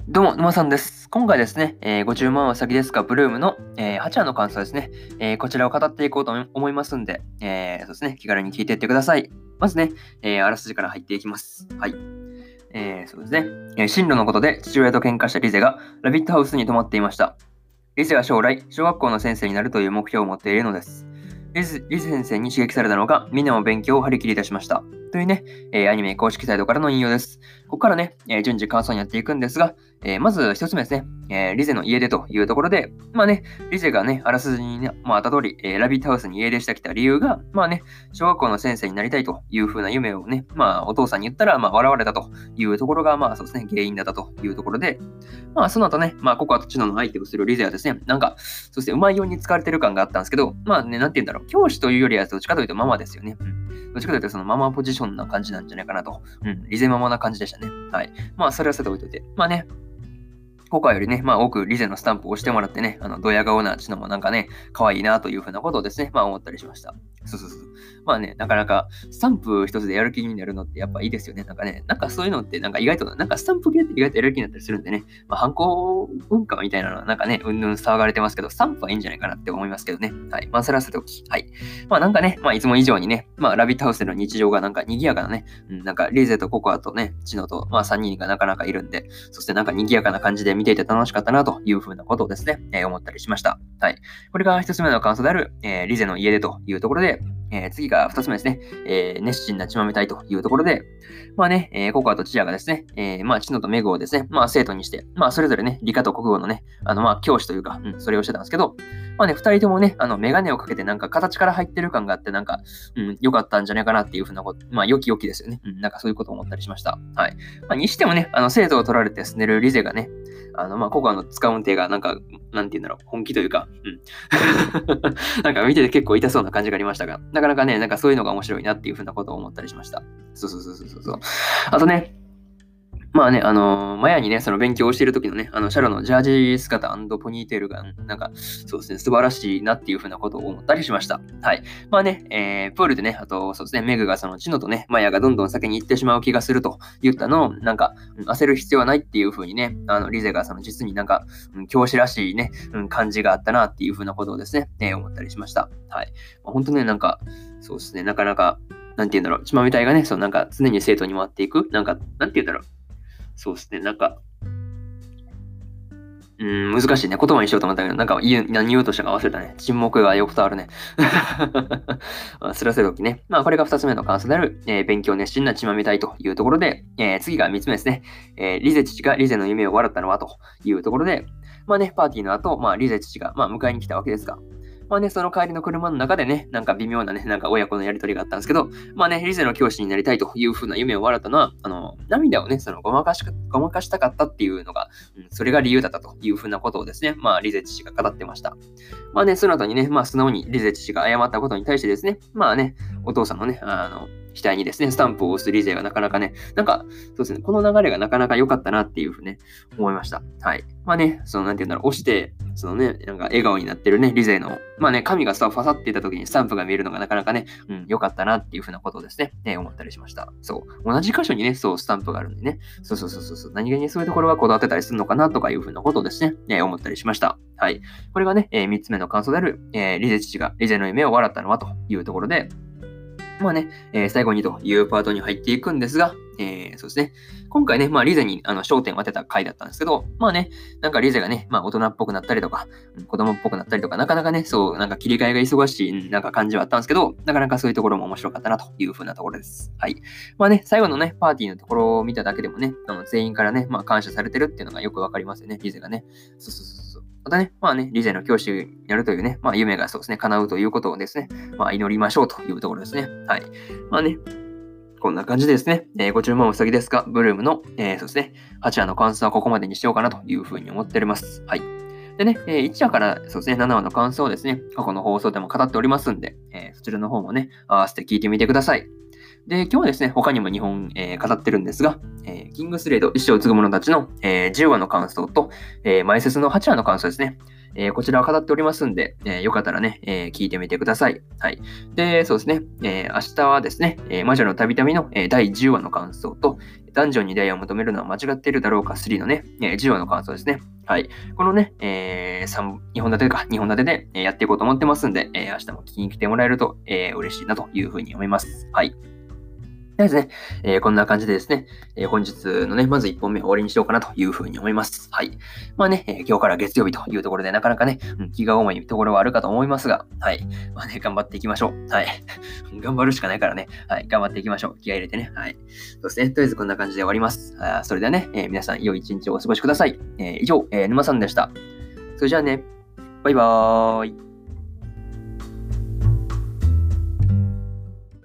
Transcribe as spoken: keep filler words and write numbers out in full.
どうも、沼さんです。今回ですね、えーご注文は先ですか、ブルームの、えーはちわの感想ですね、えーこちらを語っていこうと思いますんで、えーそうですね、気軽に聞いていってください。まずね、えーあらすじから入っていきます。はい。えーそうですね、えー進路のことで父親と喧嘩したリゼがラビットハウスに泊まっていました。リゼは将来、小学校の先生になるという目標を持っているのです。リゼリゼ先生に刺激されたのか、みんなも勉強を張り切り出しました。というね、えーアニメ公式サイトからの引用です。ここからね、えー順次感想にやっていくんですが、えーまず一つ目ですね、えーリゼの家出というところで、まあね、リゼがね、あらすじにね、まあ、あった通り、えーラビットハウスに家出してきた理由が、まあね、小学校の先生になりたいという風な夢をね、まあお父さんに言ったら、まあ笑われたというところが、まあそうですね、原因だったというところで、まあその後ね、まあココアとチノの相手をするリゼはですね、なんか、そしてうまいように使われてる感があったんですけど、まあね、なんて言うんだろう、教師というよりはどっちかというとママですよね。うん。どっちかというとそのママポジションな感じなんじゃないかなと。うん、リゼママな感じでしたね。はい。まあそれはさておいといて。まあね、ココアよりね、まあ多くリゼのスタンプを押してもらってね、あの、ドヤ顔なチノもなんかね、可愛いなというふうなことをですね、まあ思ったりしました。そうそうそう。まあね、なかなかスタンプ一つでやる気になるのってやっぱいいですよね。なんかね、なんかそういうのってなんか意外と、なんかスタンプ系って意外とやる気になったりするんでね、まあ反抗文化みたいなのはなんかね、うんぬん騒がれてますけど、スタンプはいいんじゃないかなって思いますけどね。はい。まあそれはさておき。はい。まあなんかね、まあいつも以上にね、まあラビットハウスでの日常がなんか賑やかなね、うん、なんかリゼとココアとね、チノと、まあさんにんがなかなかいるんで、そしてなんか賑やかな感じで見ていて楽しかったなというふうなことをですね、えー思ったりしました。はい。これが一つ目の感想である、えーリゼの家出というところで、えー次が二つ目ですね、えー熱心な血まめ隊というところで、まあね、えーココアとチアがですね、えーまあチノとメグをですね、まあ生徒にして、まあそれぞれね、理科と国語のね、あのまあ教師というか、うん、それをしてたんですけど、まあね、二人ともね、あの、メガネをかけてなんか形から入ってる感があって、なんか、うん、良かったんじゃないかなっていうふうなこと、まあ、良き良きですよね。うん、なんかそういうことを思ったりしました。はい。まあ、にしてもね、あの、生徒を取られてすねるリゼがね、あの、まあ、ココアの使う手が、なんか、なんて言うんだろう、本気というか、うん。なんか見てて結構痛そうな感じがありましたが、なかなかね、なんかそういうのが面白いなっていうふうなことを思ったりしました。そうそうそうそうそう。あとね、まあね、あのーマヤにね、その勉強をしている時のね、あの、シャロのジャージ姿ポニーテールが、なんか、そうですね、素晴らしいなっていうふうなことを思ったりしました。はい。まあね、えー、プールでね、あと、そうですね、メグがそのチノとね、マヤがどんどん先に行ってしまう気がすると言ったのを、なんか、うん焦る必要はないっていうふうにね、あの、リゼがその実になんか、うん教師らしいね、うん、感じがあったなっていうふうなことをですね、えー思ったりしました。はい。まあ、本当ね、なんか、そうですね、なかなか、なんて言うんだろう、ちまみたいがね、そうなんか常に生徒に回っていく、なんか、なんて言うんだろう、そうですね。なんか、うーん、難しいね。言葉にしようと思ったけど、なんか言う、何言おうとしたか忘れたね。沈黙がよく伝わるね。まあすらせどきね。まあ、これが二つ目の感想である、えー勉強熱心な血まみたいというところで、えー次が三つ目ですね。えーリゼ父がリゼの夢を笑ったのはというところで、まあね、パーティーの後、まあ、リゼ父が、まあ、迎えに来たわけですが、まあね、その帰りの車の中でね、なんか微妙なね、なんか親子のやりとりがあったんですけど、まあね、リゼの教師になりたいという風な夢を笑ったのは、あの、涙をね、そのごまかしか、ごまかしたかったっていうのが、うん、それが理由だったという風なことをですね、まあ、リゼ父が語ってました。まあね、その後にね、まあ、素直にリゼ父が謝ったことに対してですね、まあね、お父さんのね、あの、額にですね、スタンプを押すリゼがなかなかね、なんか、そうですね、この流れがなかなか良かったなっていうふうね、思いました。はい。まあね、その、なんて言うんだろう、押して、そのね、なんか笑顔になってるね、リゼの、まあね、髪がさ、ファサっていた時にスタンプが見えるのがなかなかね、うん、良かったなっていうふうなことをですね、ね、思ったりしました。そう。同じ箇所にね、そう、スタンプがあるんでね、そうそうそうそう、何気にそういうところがこだわってたりするのかなとかいうふうなことをですね、ね、思ったりしました。はい。これがね、えー、みっつめの感想である、えー、リゼ父がリゼの夢を笑ったのはというところで、まあね、えー最後にというパートに入っていくんですが、えーそうですね。今回ね、まあリゼにあの焦点を当てた回だったんですけど、まあね、なんかリゼがね、まあ大人っぽくなったりとか、うん子供っぽくなったりとか、なかなかね、そう、なんか切り替えが忙しい、うんなんか感じはあったんですけど、なかなかそういうところも面白かったなというふうなところです。はい。まあね、最後のね、パーティーのところを見ただけでもね、あの全員からね、まあ感謝されてるっていうのがよくわかりますよね、リゼがね。そうそうそうそう。またね、まあね、リゼの教師になるというね、まあ夢がそうですね、叶うということをですね、まあ祈りましょうというところですね。はい。まあね、こんな感じでですね、えーご注文は先ですか、ブルームの、えーそうですね、はちわの感想はここまでにしようかなというふうに思っております。はい。でね、えーいちわからそうですね、ななわの感想をですね、過去の放送でも語っておりますんで、えーそちらの方もね、合わせて聞いてみてください。で、今日はですね、他にもにほん、えー語ってるんですが、えーキングスレイド、一生を継ぐ者たちの、えーじゅうわの感想と、えー前説のはちわの感想ですね。えーこちらを語っておりますんで、えーよかったらね、えー聞いてみてください。はい。で、そうですね、えー明日はですね、えー魔女のたびたびの、えーだいじゅうわの感想と、 ダンジョンに出会いを求めるのは間違っているだろうかスリーのね、えー、授業の感想ですね。はい。このね、えー、さん、にほん立てか、にほん立てで、えー、やっていこうと思ってますんで、えー、明日も聞きに来てもらえると、えー、嬉しいなというふうに思います。はい。とりあえずね、えーこんな感じでですね、えー本日のね、まずいっぽんめ終わりにしようかなというふうに思います。はい。まあね、えー今日から月曜日というところでなかなかね、うん気が重いところはあるかと思いますが、はい。まあね、頑張っていきましょう。はい。頑張るしかないからね、はい。頑張っていきましょう。気合い入れてね。はい。そうですね。とりあえずこんな感じで終わります。あーそれではね、えー皆さん良い一日をお過ごしください。えー以上、えー沼さんでした。それじゃあね、バイバーイ。